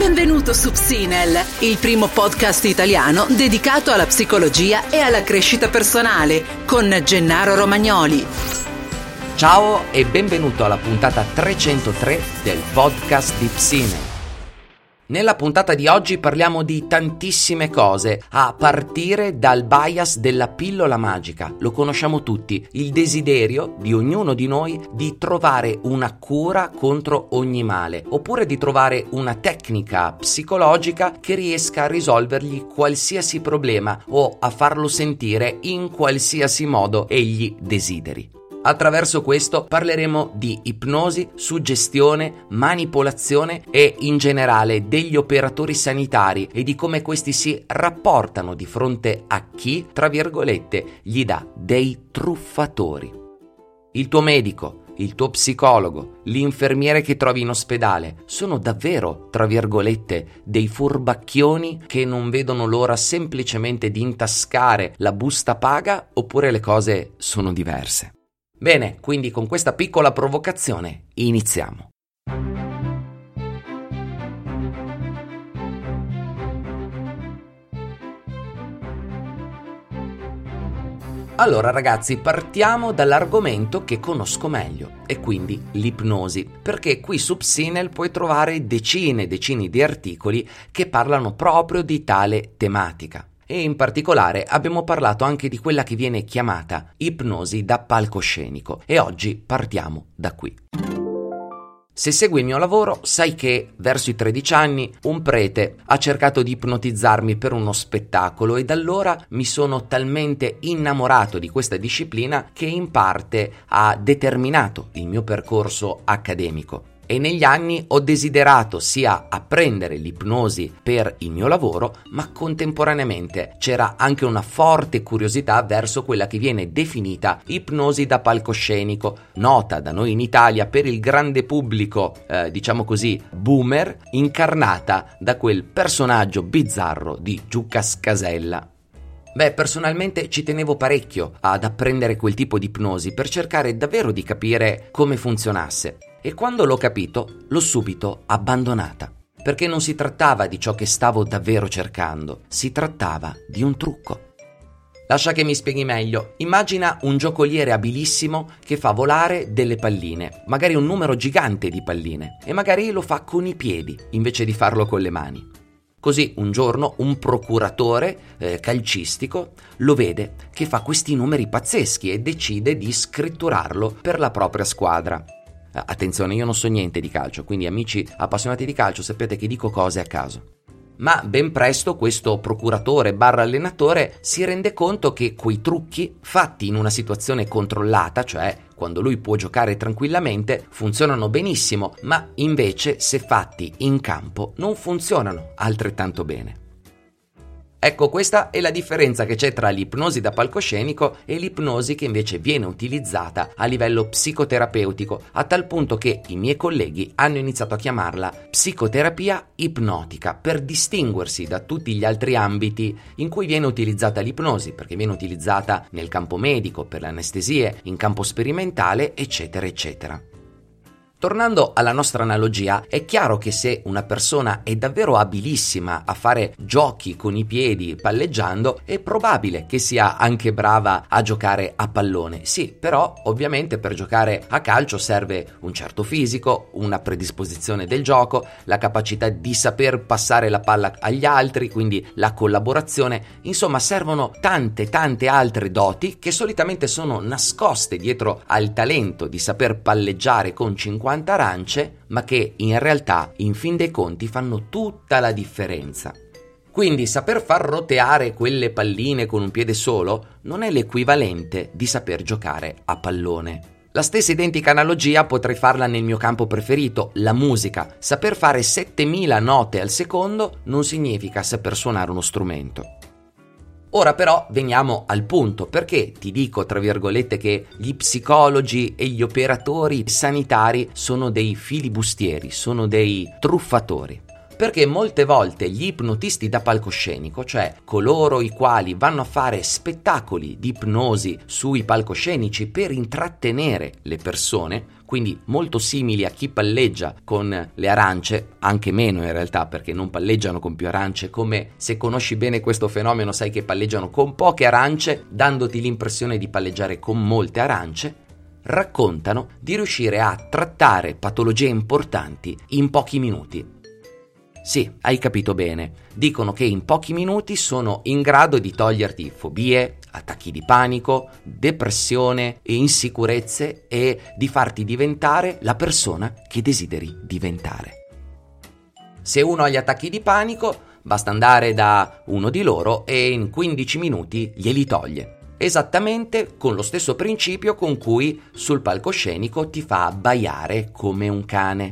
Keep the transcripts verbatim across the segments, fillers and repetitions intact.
Benvenuto su Psinel, il primo podcast italiano dedicato alla psicologia e alla crescita personale, con Gennaro Romagnoli. Ciao e benvenuto alla puntata trecentotré del podcast di Psinel. Nella puntata di oggi parliamo di tantissime cose, a partire dal bias della pillola magica. Lo conosciamo tutti, il desiderio di ognuno di noi di trovare una cura contro ogni male, oppure di trovare una tecnica psicologica che riesca a risolvergli qualsiasi problema o a farlo sentire in qualsiasi modo egli desideri. Attraverso questo parleremo di ipnosi, suggestione, manipolazione e in generale degli operatori sanitari e di come questi si rapportano di fronte a chi, tra virgolette, gli dà dei truffatori. Il tuo medico, il tuo psicologo, l'infermiere che trovi in ospedale sono davvero, tra virgolette, dei furbacchioni che non vedono l'ora semplicemente di intascare la busta paga, oppure le cose sono diverse? Bene, quindi con questa piccola provocazione iniziamo. Allora ragazzi, partiamo dall'argomento che conosco meglio, e quindi l'ipnosi, perché qui su Psinel puoi trovare decine e decine di articoli che parlano proprio di tale tematica. E in particolare abbiamo parlato anche di quella che viene chiamata ipnosi da palcoscenico e oggi partiamo da qui. Se segui il mio lavoro sai che verso i tredici anni un prete ha cercato di ipnotizzarmi per uno spettacolo e da allora mi sono talmente innamorato di questa disciplina che in parte ha determinato il mio percorso accademico. E negli anni ho desiderato sia apprendere l'ipnosi per il mio lavoro, ma contemporaneamente c'era anche una forte curiosità verso quella che viene definita ipnosi da palcoscenico, nota da noi in Italia per il grande pubblico, eh, diciamo così, boomer, incarnata da quel personaggio bizzarro di Giuca Scasella. Beh, personalmente ci tenevo parecchio ad apprendere quel tipo di ipnosi per cercare davvero di capire come funzionasse. E quando l'ho capito, l'ho subito abbandonata, perché non si trattava di ciò che stavo davvero cercando, si trattava di un trucco. Lascia che mi spieghi meglio. Immagina un giocoliere abilissimo che fa volare delle palline, magari un numero gigante di palline, e magari lo fa con i piedi, invece di farlo con le mani. Così un giorno un procuratore eh, calcistico lo vede che fa questi numeri pazzeschi e decide di scritturarlo per la propria squadra. Attenzione, io non so niente di calcio, quindi amici appassionati di calcio sapete che dico cose a caso. Ma ben presto questo procuratore barra allenatore si rende conto che quei trucchi fatti in una situazione controllata, cioè quando lui può giocare tranquillamente, funzionano benissimo, ma invece se fatti in campo non funzionano altrettanto bene. Ecco, questa è la differenza che c'è tra l'ipnosi da palcoscenico e l'ipnosi che invece viene utilizzata a livello psicoterapeutico, a tal punto che i miei colleghi hanno iniziato a chiamarla psicoterapia ipnotica per distinguersi da tutti gli altri ambiti in cui viene utilizzata l'ipnosi, perché viene utilizzata nel campo medico, per le anestesie, in campo sperimentale, eccetera, eccetera. Tornando alla nostra analogia, è chiaro che se una persona è davvero abilissima a fare giochi con i piedi palleggiando, è probabile che sia anche brava a giocare a pallone. Sì, però ovviamente per giocare a calcio serve un certo fisico, una predisposizione del gioco, la capacità di saper passare la palla agli altri, quindi la collaborazione. Insomma, servono tante tante altre doti che solitamente sono nascoste dietro al talento di saper palleggiare con cinquanta arance, ma che in realtà in fin dei conti fanno tutta la differenza. Quindi saper far roteare quelle palline con un piede solo non è l'equivalente di saper giocare a pallone. La stessa identica analogia potrei farla nel mio campo preferito, la musica. Saper fare settemila note al secondo non significa saper suonare uno strumento. Ora però veniamo al punto, perché ti dico tra virgolette che gli psicologi e gli operatori sanitari sono dei filibustieri, sono dei truffatori. Perché molte volte gli ipnotisti da palcoscenico, cioè coloro i quali vanno a fare spettacoli di ipnosi sui palcoscenici per intrattenere le persone, quindi molto simili a chi palleggia con le arance, anche meno in realtà perché non palleggiano con più arance, come se conosci bene questo fenomeno sai che palleggiano con poche arance, dandoti l'impressione di palleggiare con molte arance, raccontano di riuscire a trattare patologie importanti in pochi minuti. Sì, hai capito bene. Dicono che in pochi minuti sono in grado di toglierti fobie, attacchi di panico, depressione, insicurezze e di farti diventare la persona che desideri diventare. Se uno ha gli attacchi di panico, basta andare da uno di loro e in quindici minuti glieli toglie. Esattamente con lo stesso principio con cui sul palcoscenico ti fa abbaiare come un cane.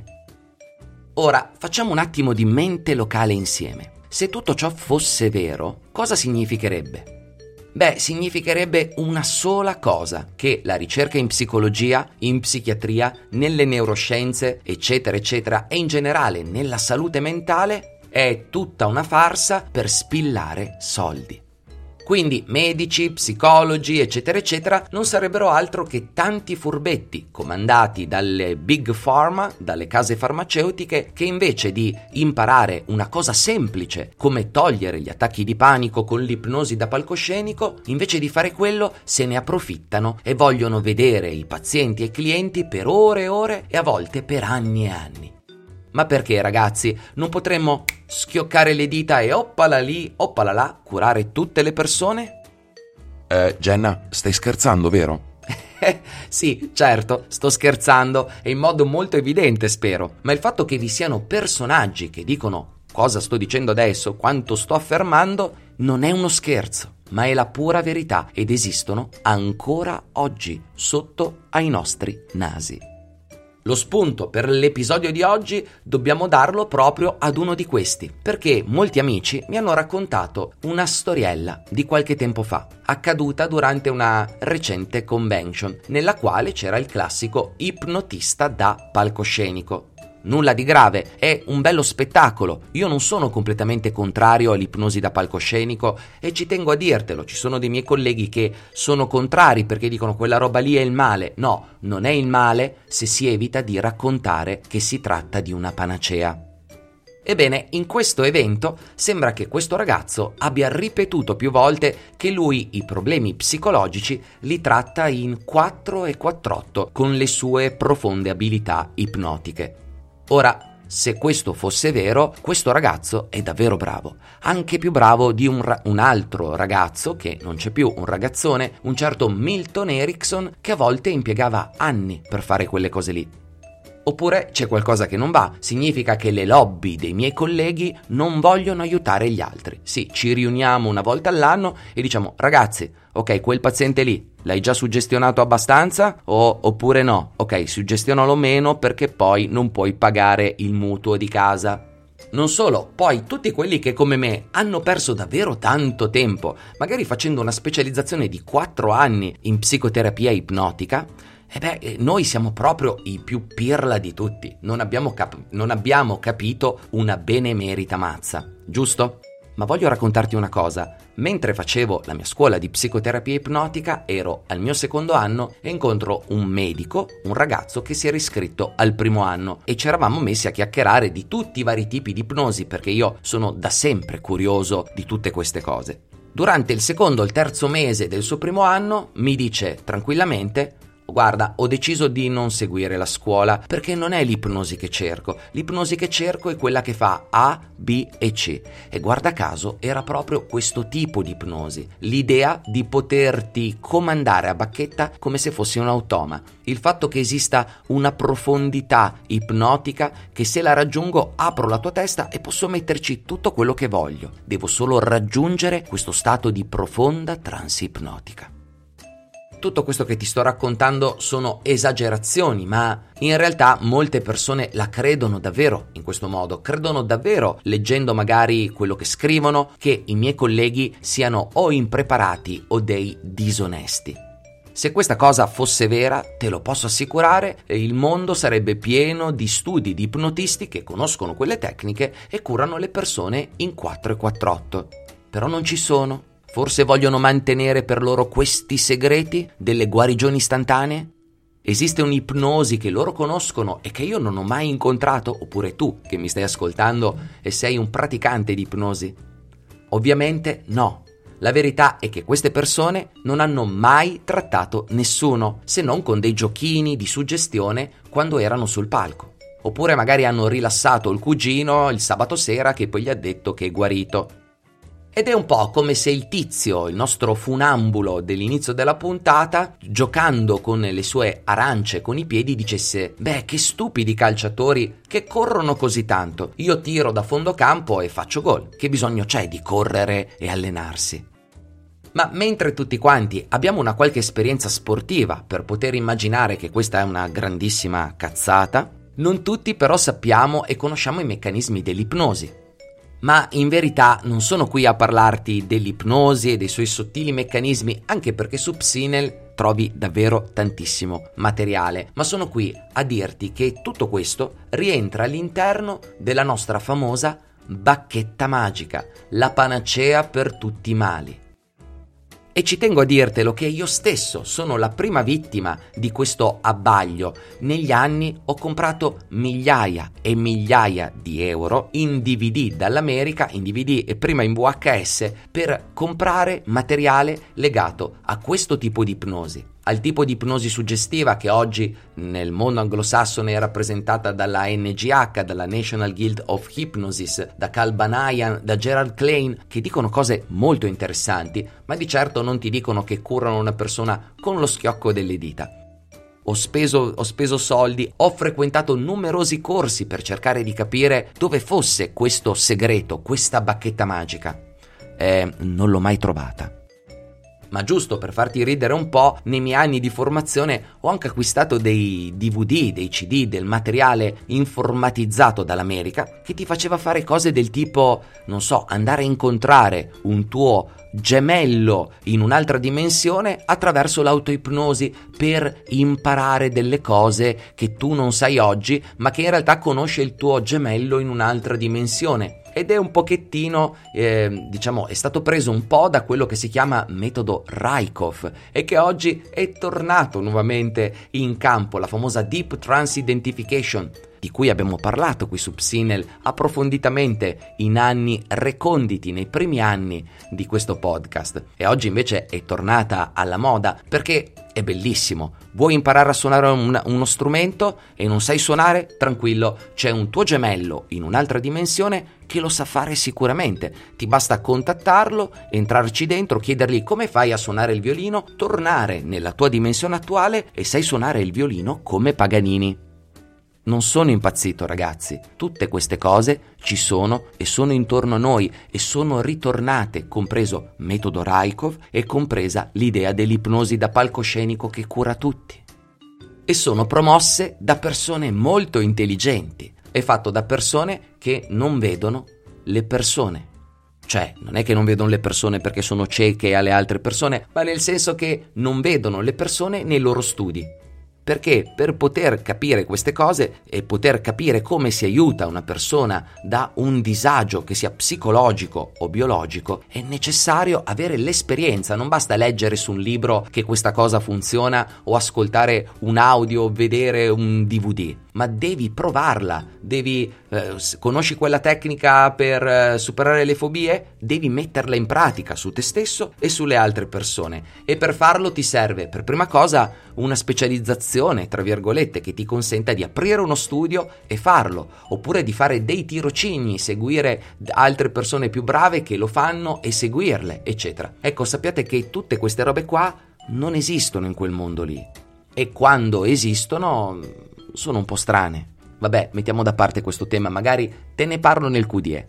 Ora, facciamo un attimo di mente locale insieme. Se tutto ciò fosse vero, cosa significherebbe? Beh, significherebbe una sola cosa, che la ricerca in psicologia, in psichiatria, nelle neuroscienze, eccetera, eccetera, e in generale nella salute mentale è tutta una farsa per spillare soldi. Quindi medici, psicologi, eccetera, eccetera, non sarebbero altro che tanti furbetti comandati dalle big pharma, dalle case farmaceutiche, che invece di imparare una cosa semplice, come togliere gli attacchi di panico con l'ipnosi da palcoscenico, invece di fare quello se ne approfittano e vogliono vedere i pazienti e i clienti per ore e ore e a volte per anni e anni. Ma perché, ragazzi, non potremmo schioccare le dita e oppala lì, oppala là, curare tutte le persone? Eh, Jenna, stai scherzando, vero? Sì, certo, sto scherzando e in modo molto evidente, spero. Ma il fatto che vi siano personaggi che dicono cosa sto dicendo adesso, quanto sto affermando, non è uno scherzo, ma è la pura verità ed esistono ancora oggi sotto ai nostri nasi. Lo spunto per l'episodio di oggi dobbiamo darlo proprio ad uno di questi, perché molti amici mi hanno raccontato una storiella di qualche tempo fa, accaduta durante una recente convention, nella quale c'era il classico ipnotista da palcoscenico. Nulla di grave, è un bello spettacolo. Io non sono completamente contrario all'ipnosi da palcoscenico e ci tengo a dirtelo. Ci sono dei miei colleghi che sono contrari perché dicono quella roba lì è il male. No, non è il male se si evita di raccontare che si tratta di una panacea. Ebbene, in questo evento sembra che questo ragazzo abbia ripetuto più volte che lui i problemi psicologici li tratta in quattro e quattr'otto con le sue profonde abilità ipnotiche. Ora, se questo fosse vero, questo ragazzo è davvero bravo, anche più bravo di un, ra- un altro ragazzo, che non c'è più, un ragazzone, un certo Milton Erickson, che a volte impiegava anni per fare quelle cose lì. Oppure c'è qualcosa che non va, significa che le lobby dei miei colleghi non vogliono aiutare gli altri. Sì, ci riuniamo una volta all'anno e diciamo, ragazzi, ok, quel paziente lì, l'hai già suggestionato abbastanza? O, oppure no? Ok, suggestionalo meno perché poi non puoi pagare il mutuo di casa. Non solo, poi tutti quelli che come me hanno perso davvero tanto tempo, magari facendo una specializzazione di quattro anni in psicoterapia ipnotica, e beh, noi siamo proprio i più pirla di tutti, non abbiamo, cap- non abbiamo capito una benemerita mazza, giusto? Ma voglio raccontarti una cosa. Mentre facevo la mia scuola di psicoterapia ipnotica, ero al mio secondo anno e incontro un medico, un ragazzo che si era iscritto al primo anno e ci eravamo messi a chiacchierare di tutti i vari tipi di ipnosi perché io sono da sempre curioso di tutte queste cose. Durante il secondo o il terzo mese del suo primo anno mi dice tranquillamente: guarda, ho deciso di non seguire la scuola perché non è l'ipnosi che cerco. L'ipnosi che cerco è quella che fa A, B e C. E guarda caso era proprio questo tipo di ipnosi. L'idea di poterti comandare a bacchetta come se fossi un automa. Il fatto che esista una profondità ipnotica che se la raggiungo apro la tua testa e posso metterci tutto quello che voglio. Devo solo raggiungere questo stato di profonda trance ipnotica. Tutto questo che ti sto raccontando sono esagerazioni, ma in realtà molte persone la credono davvero in questo modo, credono davvero, leggendo magari quello che scrivono, che i miei colleghi siano o impreparati o dei disonesti. Se questa cosa fosse vera, te lo posso assicurare, il mondo sarebbe pieno di studi di ipnotisti che conoscono quelle tecniche e curano le persone in quattro e quattr'otto. Però non ci sono. Forse vogliono mantenere per loro questi segreti delle guarigioni istantanee? Esiste un'ipnosi che loro conoscono e che io non ho mai incontrato? Oppure tu che mi stai ascoltando e sei un praticante di ipnosi? Ovviamente no. La verità è che queste persone non hanno mai trattato nessuno, se non con dei giochini di suggestione quando erano sul palco. Oppure magari hanno rilassato il cugino il sabato sera che poi gli ha detto che è guarito. Ed è un po' come se il tizio, il nostro funambulo dell'inizio della puntata, giocando con le sue arance con i piedi, dicesse: beh, che stupidi calciatori che corrono così tanto, io tiro da fondo campo e faccio gol, che bisogno c'è di correre e allenarsi? Ma mentre tutti quanti abbiamo una qualche esperienza sportiva per poter immaginare che questa è una grandissima cazzata, non tutti però sappiamo e conosciamo i meccanismi dell'ipnosi. Ma in verità non sono qui a parlarti dell'ipnosi e dei suoi sottili meccanismi, anche perché su Psinel trovi davvero tantissimo materiale, ma sono qui a dirti che tutto questo rientra all'interno della nostra famosa bacchetta magica, la panacea per tutti i mali. E ci tengo a dirtelo che io stesso sono la prima vittima di questo abbaglio. Negli anni ho comprato migliaia e migliaia di euro in D V D dall'America, in D V D e prima in V H S, per comprare materiale legato a questo tipo di ipnosi. Al tipo di ipnosi suggestiva che oggi nel mondo anglosassone è rappresentata dalla N G H, dalla National Guild of Hypnosis, da Cal Banayan, da Gerald Klein, che dicono cose molto interessanti, ma di certo non ti dicono che curano una persona con lo schiocco delle dita. Ho speso, ho speso soldi, ho frequentato numerosi corsi per cercare di capire dove fosse questo segreto, questa bacchetta magica. E non l'ho mai trovata. Ma giusto per farti ridere un po', nei miei anni di formazione ho anche acquistato dei D V D, dei C D, del materiale informatizzato dall'America che ti faceva fare cose del tipo, non so, andare a incontrare un tuo gemello in un'altra dimensione attraverso l'autoipnosi per imparare delle cose che tu non sai oggi, ma che in realtà conosce il tuo gemello in un'altra dimensione. Ed è un pochettino, eh, diciamo, è stato preso un po' da quello che si chiama metodo Rykov e che oggi è tornato nuovamente in campo, la famosa Deep Trance Identification, di cui abbiamo parlato qui su Psinel approfonditamente in anni reconditi, nei primi anni di questo podcast. E oggi invece è tornata alla moda perché è bellissimo. Vuoi imparare a suonare un, uno strumento e non sai suonare? Tranquillo, c'è un tuo gemello in un'altra dimensione che lo sa fare sicuramente. Ti basta contattarlo, entrarci dentro, chiedergli come fai a suonare il violino, tornare nella tua dimensione attuale e sai suonare il violino come Paganini. Non sono impazzito, ragazzi, tutte queste cose ci sono e sono intorno a noi e sono ritornate, compreso metodo Rykov e compresa l'idea dell'ipnosi da palcoscenico che cura tutti. E sono promosse da persone molto intelligenti, è fatto da persone che non vedono le persone. Cioè, non è che non vedono le persone perché sono cieche alle altre persone, ma nel senso che non vedono le persone nei loro studi. Perché per poter capire queste cose e poter capire come si aiuta una persona da un disagio che sia psicologico o biologico è necessario avere l'esperienza. Non basta leggere su un libro che questa cosa funziona o ascoltare un audio o vedere un D V D, ma devi provarla, devi eh, conosci quella tecnica per eh, superare le fobie? Devi metterla in pratica su te stesso e sulle altre persone, e per farlo ti serve per prima cosa una specializzazione, tra virgolette, che ti consenta di aprire uno studio e farlo, oppure di fare dei tirocini, seguire altre persone più brave che lo fanno e seguirle, eccetera. Ecco, sappiate che tutte queste robe qua non esistono in quel mondo lì, e quando esistono sono un po' strane. Vabbè, mettiamo da parte questo tema, magari te ne parlo nel Q D E.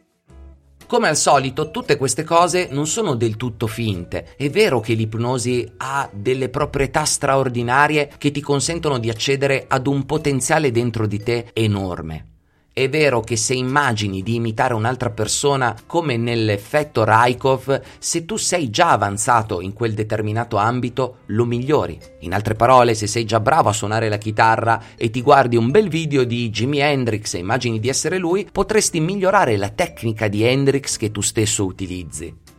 Come al solito, tutte queste cose non sono del tutto finte. È vero che l'ipnosi ha delle proprietà straordinarie che ti consentono di accedere ad un potenziale dentro di te enorme. È vero che se immagini di imitare un'altra persona come nell'effetto Rykov, se tu sei già avanzato in quel determinato ambito, lo migliori. In altre parole, se sei già bravo a suonare la chitarra e ti guardi un bel video di Jimi Hendrix e immagini di essere lui, potresti migliorare la tecnica di Hendrix che tu stesso utilizzi.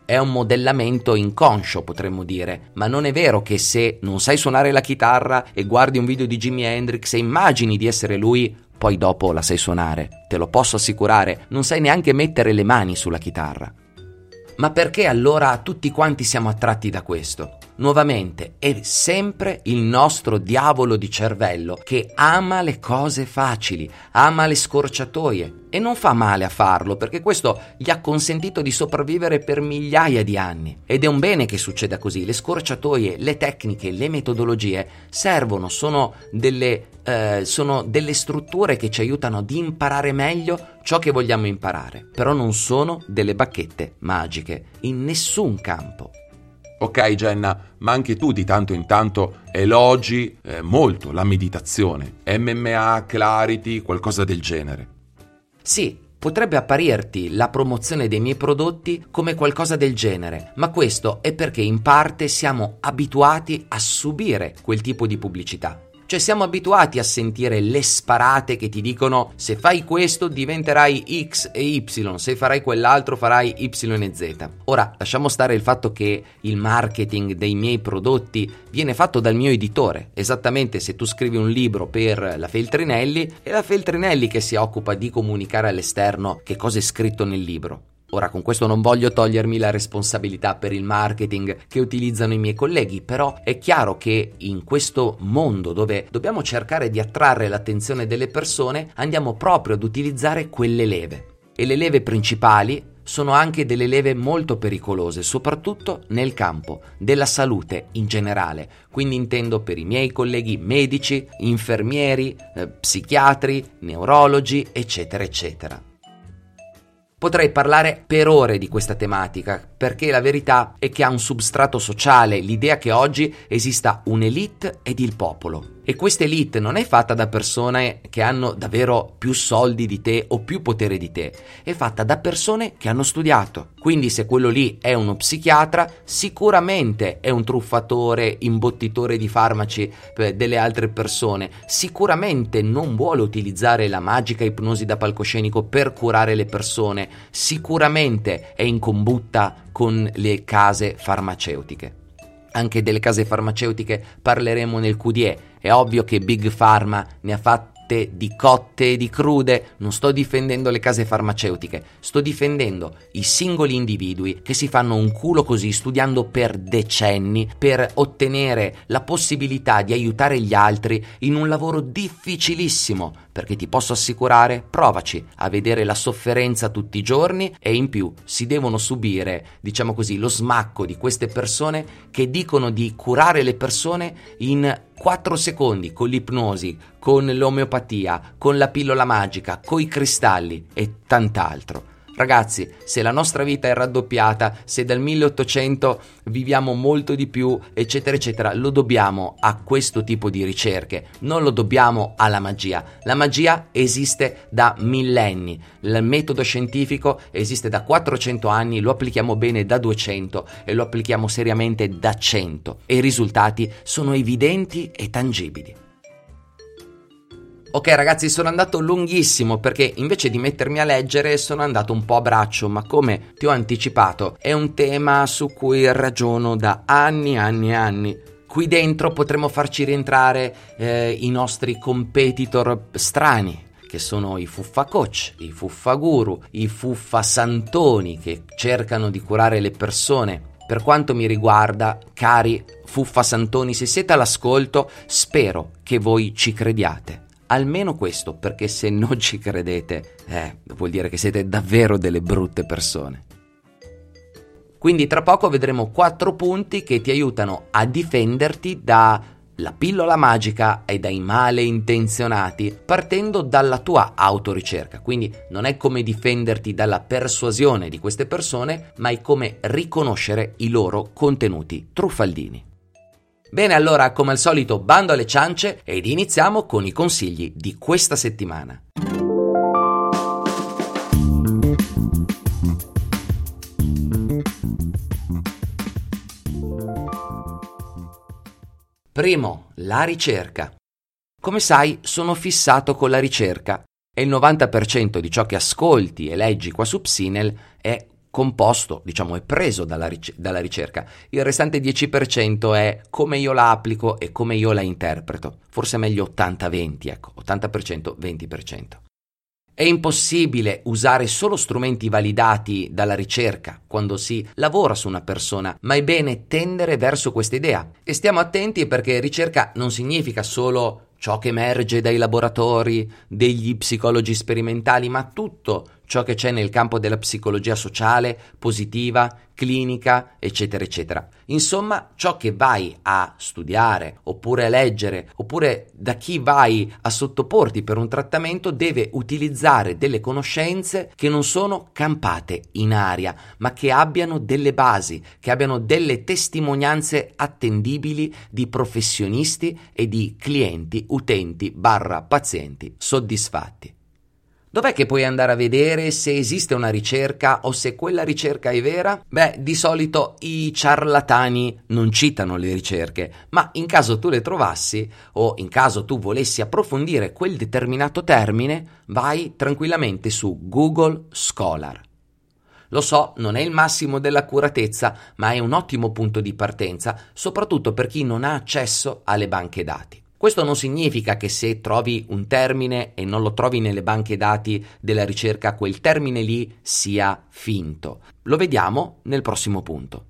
è un modellamento inconscio, potremmo dire, ma non è vero che se non sai suonare la chitarra e guardi un video di Jimi Hendrix e immagini di essere lui, poi dopo la sai suonare. Te lo posso assicurare, non sai neanche mettere le mani sulla chitarra. Ma perché allora tutti quanti siamo attratti da questo? Nuovamente, è sempre il nostro diavolo di cervello che ama le cose facili, ama le scorciatoie e non fa male a farlo perché questo gli ha consentito di sopravvivere per migliaia di anni. Ed è un bene che succeda così. Le scorciatoie, le tecniche, le metodologie servono, sono delle, eh, sono delle strutture che ci aiutano ad imparare meglio ciò che vogliamo imparare, però non sono delle bacchette magiche in nessun campo. Ok Jenna, ma anche tu di tanto in tanto elogi eh, molto la meditazione, M M A, Clarity, qualcosa del genere. Sì, potrebbe apparirti la promozione dei miei prodotti come qualcosa del genere, ma questo è perché in parte siamo abituati a subire quel tipo di pubblicità. Cioè siamo abituati a sentire le sparate che ti dicono se fai questo diventerai X e Y, se farai quell'altro farai Y e Z. Ora, lasciamo stare il fatto che il marketing dei miei prodotti viene fatto dal mio editore. Esattamente, se tu scrivi un libro per la Feltrinelli, è la Feltrinelli che si occupa di comunicare all'esterno che cosa è scritto nel libro. Ora, con questo non voglio togliermi la responsabilità per il marketing che utilizzano i miei colleghi, però è chiaro che in questo mondo dove dobbiamo cercare di attrarre l'attenzione delle persone, andiamo proprio ad utilizzare quelle leve. E le leve principali sono anche delle leve molto pericolose, soprattutto nel campo della salute in generale. Quindi intendo per i miei colleghi medici, infermieri, eh, psichiatri, neurologi, eccetera, eccetera. Potrei parlare per ore di questa tematica, perché la verità è che ha un substrato sociale, l'idea che oggi esista un'elite ed il popolo. E questa elite non è fatta da persone che hanno davvero più soldi di te o più potere di te, è fatta da persone che hanno studiato. Quindi se quello lì è uno psichiatra, sicuramente è un truffatore, imbottitore di farmaci per delle altre persone, sicuramente non vuole utilizzare la magica ipnosi da palcoscenico per curare le persone, sicuramente è in combutta con le case farmaceutiche. Anche delle case farmaceutiche parleremo nel Q D E. È ovvio che Big Pharma ne ha fatte di cotte e di crude. Non sto difendendo le case farmaceutiche, sto difendendo i singoli individui che si fanno un culo così studiando per decenni per ottenere la possibilità di aiutare gli altri in un lavoro difficilissimo, perché ti posso assicurare, provaci a vedere la sofferenza tutti i giorni e in più si devono subire, diciamo così, lo smacco di queste persone che dicono di curare le persone in quattro secondi con l'ipnosi, con l'omeopatia, con la pillola magica, coi cristalli e tant'altro. Ragazzi, se la nostra vita è raddoppiata, se dal milleottocento viviamo molto di più, eccetera, eccetera, lo dobbiamo a questo tipo di ricerche, non lo dobbiamo alla magia. La magia esiste da millenni, il metodo scientifico esiste da quattrocento anni, lo applichiamo bene da duecento e lo applichiamo seriamente da cento e i risultati sono evidenti e tangibili. Ok ragazzi, sono andato lunghissimo perché invece di mettermi a leggere sono andato un po' a braccio, ma come ti ho anticipato è un tema su cui ragiono da anni, anni e anni. Qui dentro potremmo farci rientrare eh, i nostri competitor strani, che sono i fuffa coach, i fuffa guru, i fuffa santoni che cercano di curare le persone. Per quanto mi riguarda, cari fuffa santoni, se siete all'ascolto, spero che voi ci crediate. Almeno questo, perché se non ci credete, eh, vuol dire che siete davvero delle brutte persone. Quindi tra poco vedremo quattro punti che ti aiutano a difenderti dalla pillola magica e dai malintenzionati, partendo dalla tua autoricerca. Quindi non è come difenderti dalla persuasione di queste persone, ma è come riconoscere i loro contenuti truffaldini. Bene, allora, come al solito, bando alle ciance ed iniziamo con i consigli di questa settimana. Primo, la ricerca. Come sai, sono fissato con la ricerca e il novanta per cento di ciò che ascolti e leggi qua su Psinel è composto, diciamo, è preso dalla, ric- dalla ricerca. Il restante dieci per cento è come io la applico e come io la interpreto. Forse è meglio ottanta venti, ecco, ottanta per cento, venti per cento. È impossibile usare solo strumenti validati dalla ricerca quando si lavora su una persona, ma è bene tendere verso questa idea. E stiamo attenti perché ricerca non significa solo ciò che emerge dai laboratori, degli psicologi sperimentali, ma tutto ciò che c'è nel campo della psicologia sociale, positiva, clinica, eccetera, eccetera. Insomma, ciò che vai a studiare, oppure a leggere, oppure da chi vai a sottoporti per un trattamento deve utilizzare delle conoscenze che non sono campate in aria, ma che abbiano delle basi, che abbiano delle testimonianze attendibili di professionisti e di clienti, utenti, barra pazienti soddisfatti. Dov'è che puoi andare a vedere se esiste una ricerca o se quella ricerca è vera? Beh, di solito i ciarlatani non citano le ricerche, ma in caso tu le trovassi o in caso tu volessi approfondire quel determinato termine, vai tranquillamente su Google Scholar. Lo so, non è il massimo dell'accuratezza, ma è un ottimo punto di partenza, soprattutto per chi non ha accesso alle banche dati. Questo non significa che se trovi un termine e non lo trovi nelle banche dati della ricerca, quel termine lì sia finto. Lo vediamo nel prossimo punto.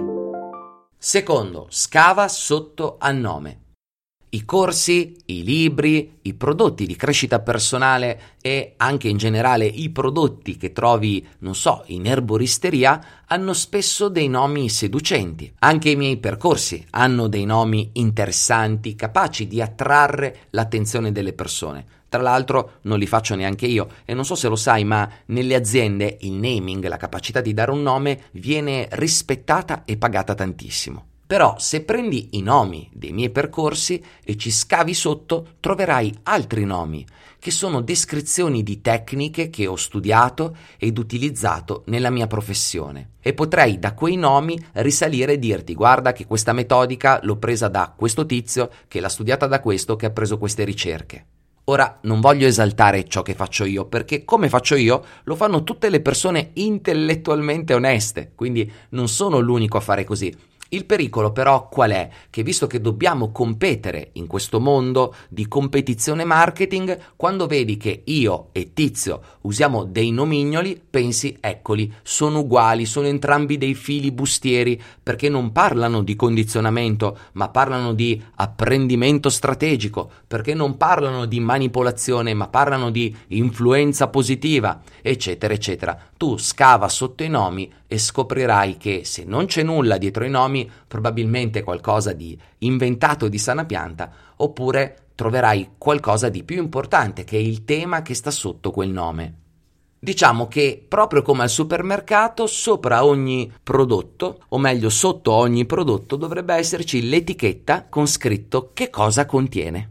Secondo, scava sotto al nome. I corsi, i libri, i prodotti di crescita personale e anche in generale i prodotti che trovi, non so, in erboristeria hanno spesso dei nomi seducenti. Anche i miei percorsi hanno dei nomi interessanti, capaci di attrarre l'attenzione delle persone. Tra l'altro non li faccio neanche io e non so se lo sai, ma nelle aziende il naming, la capacità di dare un nome, viene rispettata e pagata tantissimo. Però se prendi i nomi dei miei percorsi e ci scavi sotto, troverai altri nomi, che sono descrizioni di tecniche che ho studiato ed utilizzato nella mia professione. E potrei da quei nomi risalire e dirti: guarda che questa metodica l'ho presa da questo tizio, che l'ha studiata da questo, che ha preso queste ricerche. Ora, non voglio esaltare ciò che faccio io, perché come faccio io lo fanno tutte le persone intellettualmente oneste, quindi non sono l'unico a fare così. Il pericolo però qual è? Che visto che dobbiamo competere in questo mondo di competizione marketing, quando vedi che io e Tizio usiamo dei nomignoli, pensi eccoli, sono uguali, sono entrambi dei filibustieri, perché non parlano di condizionamento, ma parlano di apprendimento strategico, perché non parlano di manipolazione, ma parlano di influenza positiva, eccetera, eccetera. Tu scava sotto i nomi e scoprirai che se non c'è nulla dietro i nomi, probabilmente qualcosa di inventato di sana pianta, oppure troverai qualcosa di più importante, che è il tema che sta sotto quel nome. Diciamo che proprio come al supermercato, sopra ogni prodotto, o meglio sotto ogni prodotto, dovrebbe esserci l'etichetta con scritto che cosa contiene.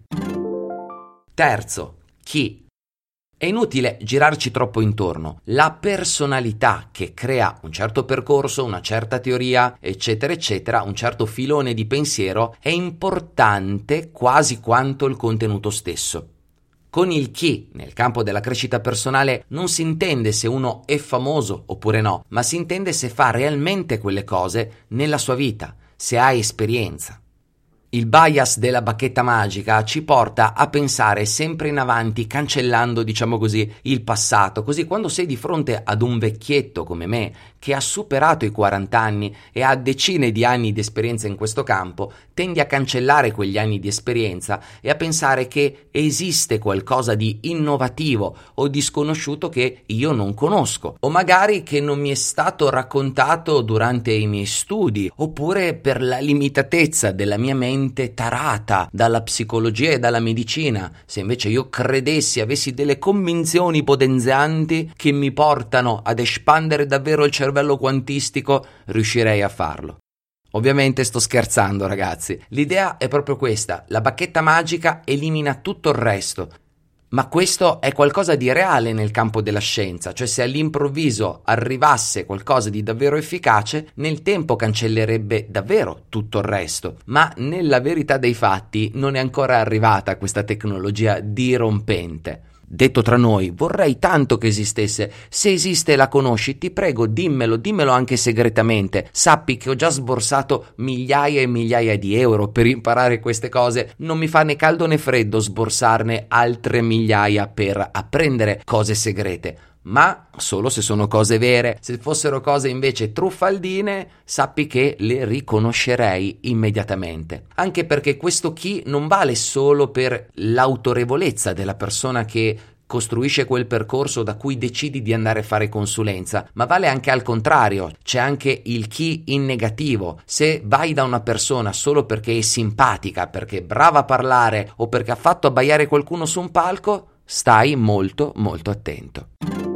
Terzo, chi. È inutile girarci troppo intorno. La personalità che crea un certo percorso, una certa teoria, eccetera, eccetera, un certo filone di pensiero è importante quasi quanto il contenuto stesso. Con il chi nel campo della crescita personale non si intende se uno è famoso oppure no, ma si intende se fa realmente quelle cose nella sua vita, se ha esperienza. Il bias della bacchetta magica ci porta a pensare sempre in avanti, cancellando, diciamo così, il passato. Così quando sei di fronte ad un vecchietto come me, che ha superato i quaranta anni e ha decine di anni di esperienza in questo campo, tendi a cancellare quegli anni di esperienza e a pensare che esiste qualcosa di innovativo o di sconosciuto che io non conosco, o magari che non mi è stato raccontato durante i miei studi, oppure per la limitatezza della mia mente tarata dalla psicologia e dalla medicina. Se invece io credessi, avessi delle convinzioni potenzianti che mi portano ad espandere davvero il cervello quantistico, riuscirei a farlo. Ovviamente sto scherzando, ragazzi. L'idea è proprio questa: la bacchetta magica elimina tutto il resto. Ma questo è qualcosa di reale nel campo della scienza, cioè se all'improvviso arrivasse qualcosa di davvero efficace, nel tempo cancellerebbe davvero tutto il resto. Ma nella verità dei fatti non è ancora arrivata questa tecnologia dirompente. Detto tra noi, vorrei tanto che esistesse. Se esiste e la conosci, ti prego, dimmelo, dimmelo anche segretamente. Sappi che ho già sborsato migliaia e migliaia di euro per imparare queste cose. Non mi fa né caldo né freddo sborsarne altre migliaia per apprendere cose segrete. Ma solo se sono cose vere. Se fossero cose invece truffaldine, sappi che le riconoscerei immediatamente. Anche perché questo chi non vale solo per l'autorevolezza della persona che costruisce quel percorso da cui decidi di andare a fare consulenza, ma vale anche al contrario. C'è anche il chi in negativo. Se vai da una persona solo perché è simpatica, perché è brava a parlare o perché ha fatto abbaiare qualcuno su un palco, stai molto molto attento.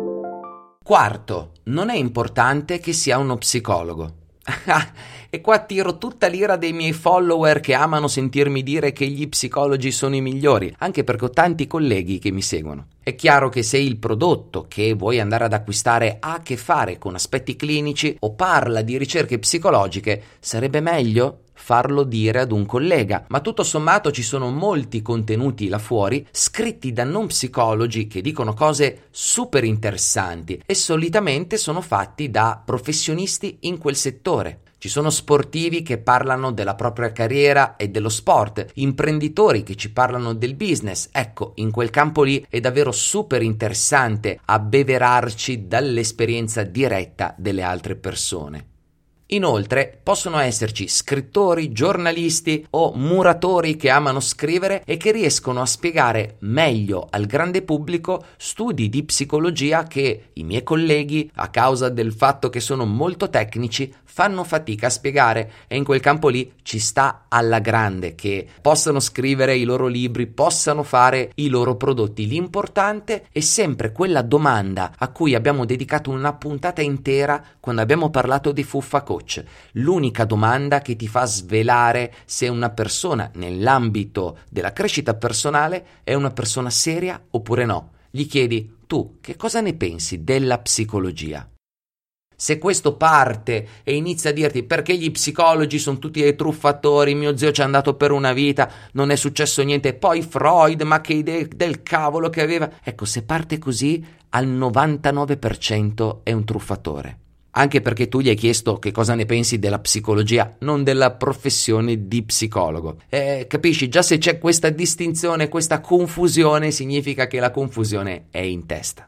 Quarto, non è importante che sia uno psicologo. E qua tiro tutta l'ira dei miei follower che amano sentirmi dire che gli psicologi sono i migliori, anche perché ho tanti colleghi che mi seguono. È chiaro che se il prodotto che vuoi andare ad acquistare ha a che fare con aspetti clinici o parla di ricerche psicologiche, sarebbe meglio farlo dire ad un collega, ma tutto sommato ci sono molti contenuti là fuori scritti da non psicologi che dicono cose super interessanti e solitamente sono fatti da professionisti in quel settore. Ci sono sportivi che parlano della propria carriera e dello sport, imprenditori che ci parlano del business. Ecco, in quel campo lì è davvero super interessante abbeverarci dall'esperienza diretta delle altre persone. Inoltre possono esserci scrittori, giornalisti o muratori che amano scrivere e che riescono a spiegare meglio al grande pubblico studi di psicologia che i miei colleghi, a causa del fatto che sono molto tecnici, fanno fatica a spiegare, e in quel campo lì ci sta alla grande che possano scrivere i loro libri, possano fare i loro prodotti. L'importante è sempre quella domanda a cui abbiamo dedicato una puntata intera quando abbiamo parlato di Fuffa Coach. L'unica domanda che ti fa svelare se una persona nell'ambito della crescita personale è una persona seria oppure no. Gli chiedi: tu che cosa ne pensi della psicologia? Se questo parte e inizia a dirti perché gli psicologi sono tutti dei truffatori, mio zio ci è andato per una vita, non è successo niente, poi Freud, ma che idee del cavolo che aveva. Ecco, se parte così, al novantanove per cento è un truffatore. Anche perché tu gli hai chiesto che cosa ne pensi della psicologia, non della professione di psicologo. Eh, capisci? Già se c'è questa distinzione, questa confusione, significa che la confusione è in testa.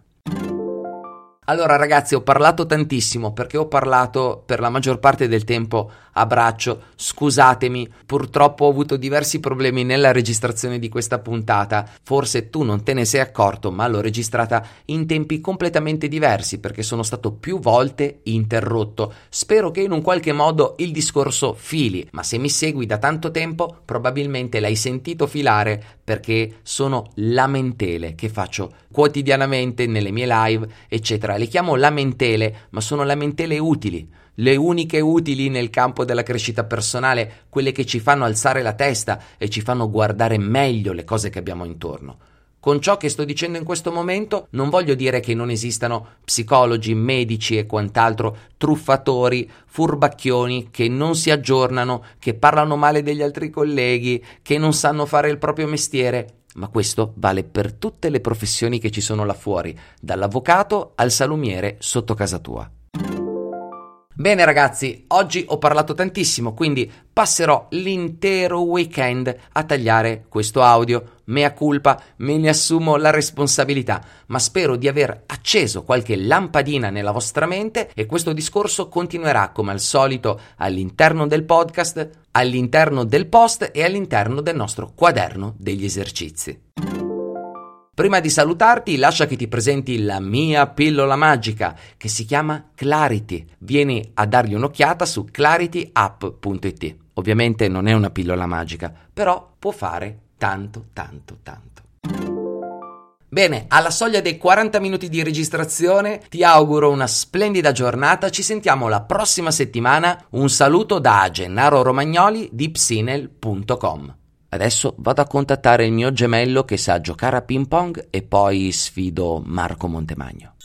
Allora ragazzi, ho parlato tantissimo perché ho parlato per la maggior parte del tempo a braccio, scusatemi, purtroppo ho avuto diversi problemi nella registrazione di questa puntata, forse tu non te ne sei accorto, ma l'ho registrata in tempi completamente diversi perché sono stato più volte interrotto. Spero che in un qualche modo il discorso fili, ma se mi segui da tanto tempo probabilmente l'hai sentito filare perché sono lamentele che faccio quotidianamente nelle mie live, eccetera. Le chiamo lamentele, ma sono lamentele utili, le uniche utili nel campo della crescita personale, quelle che ci fanno alzare la testa e ci fanno guardare meglio le cose che abbiamo intorno. Con ciò che sto dicendo in questo momento non voglio dire che non esistano psicologi, medici e quant'altro truffatori, furbacchioni che non si aggiornano, che parlano male degli altri colleghi, che non sanno fare il proprio mestiere. Ma questo vale per tutte le professioni che ci sono là fuori, dall'avvocato al salumiere sotto casa tua. Bene ragazzi, oggi ho parlato tantissimo, quindi passerò l'intero weekend a tagliare questo audio. Mea culpa, me ne assumo la responsabilità, ma spero di aver acceso qualche lampadina nella vostra mente e questo discorso continuerà come al solito all'interno del podcast, all'interno del post e all'interno del nostro quaderno degli esercizi. Prima di salutarti, lascia che ti presenti la mia pillola magica che si chiama Clarity. Vieni a dargli un'occhiata su clarity app punto it. Ovviamente non è una pillola magica, però può fare tanto, tanto, tanto. Bene, alla soglia dei quaranta minuti di registrazione ti auguro una splendida giornata, ci sentiamo la prossima settimana. Un saluto da Gennaro Romagnoli di psinel punto com. Adesso vado a contattare il mio gemello che sa giocare a ping pong e poi sfido Marco Montemagno.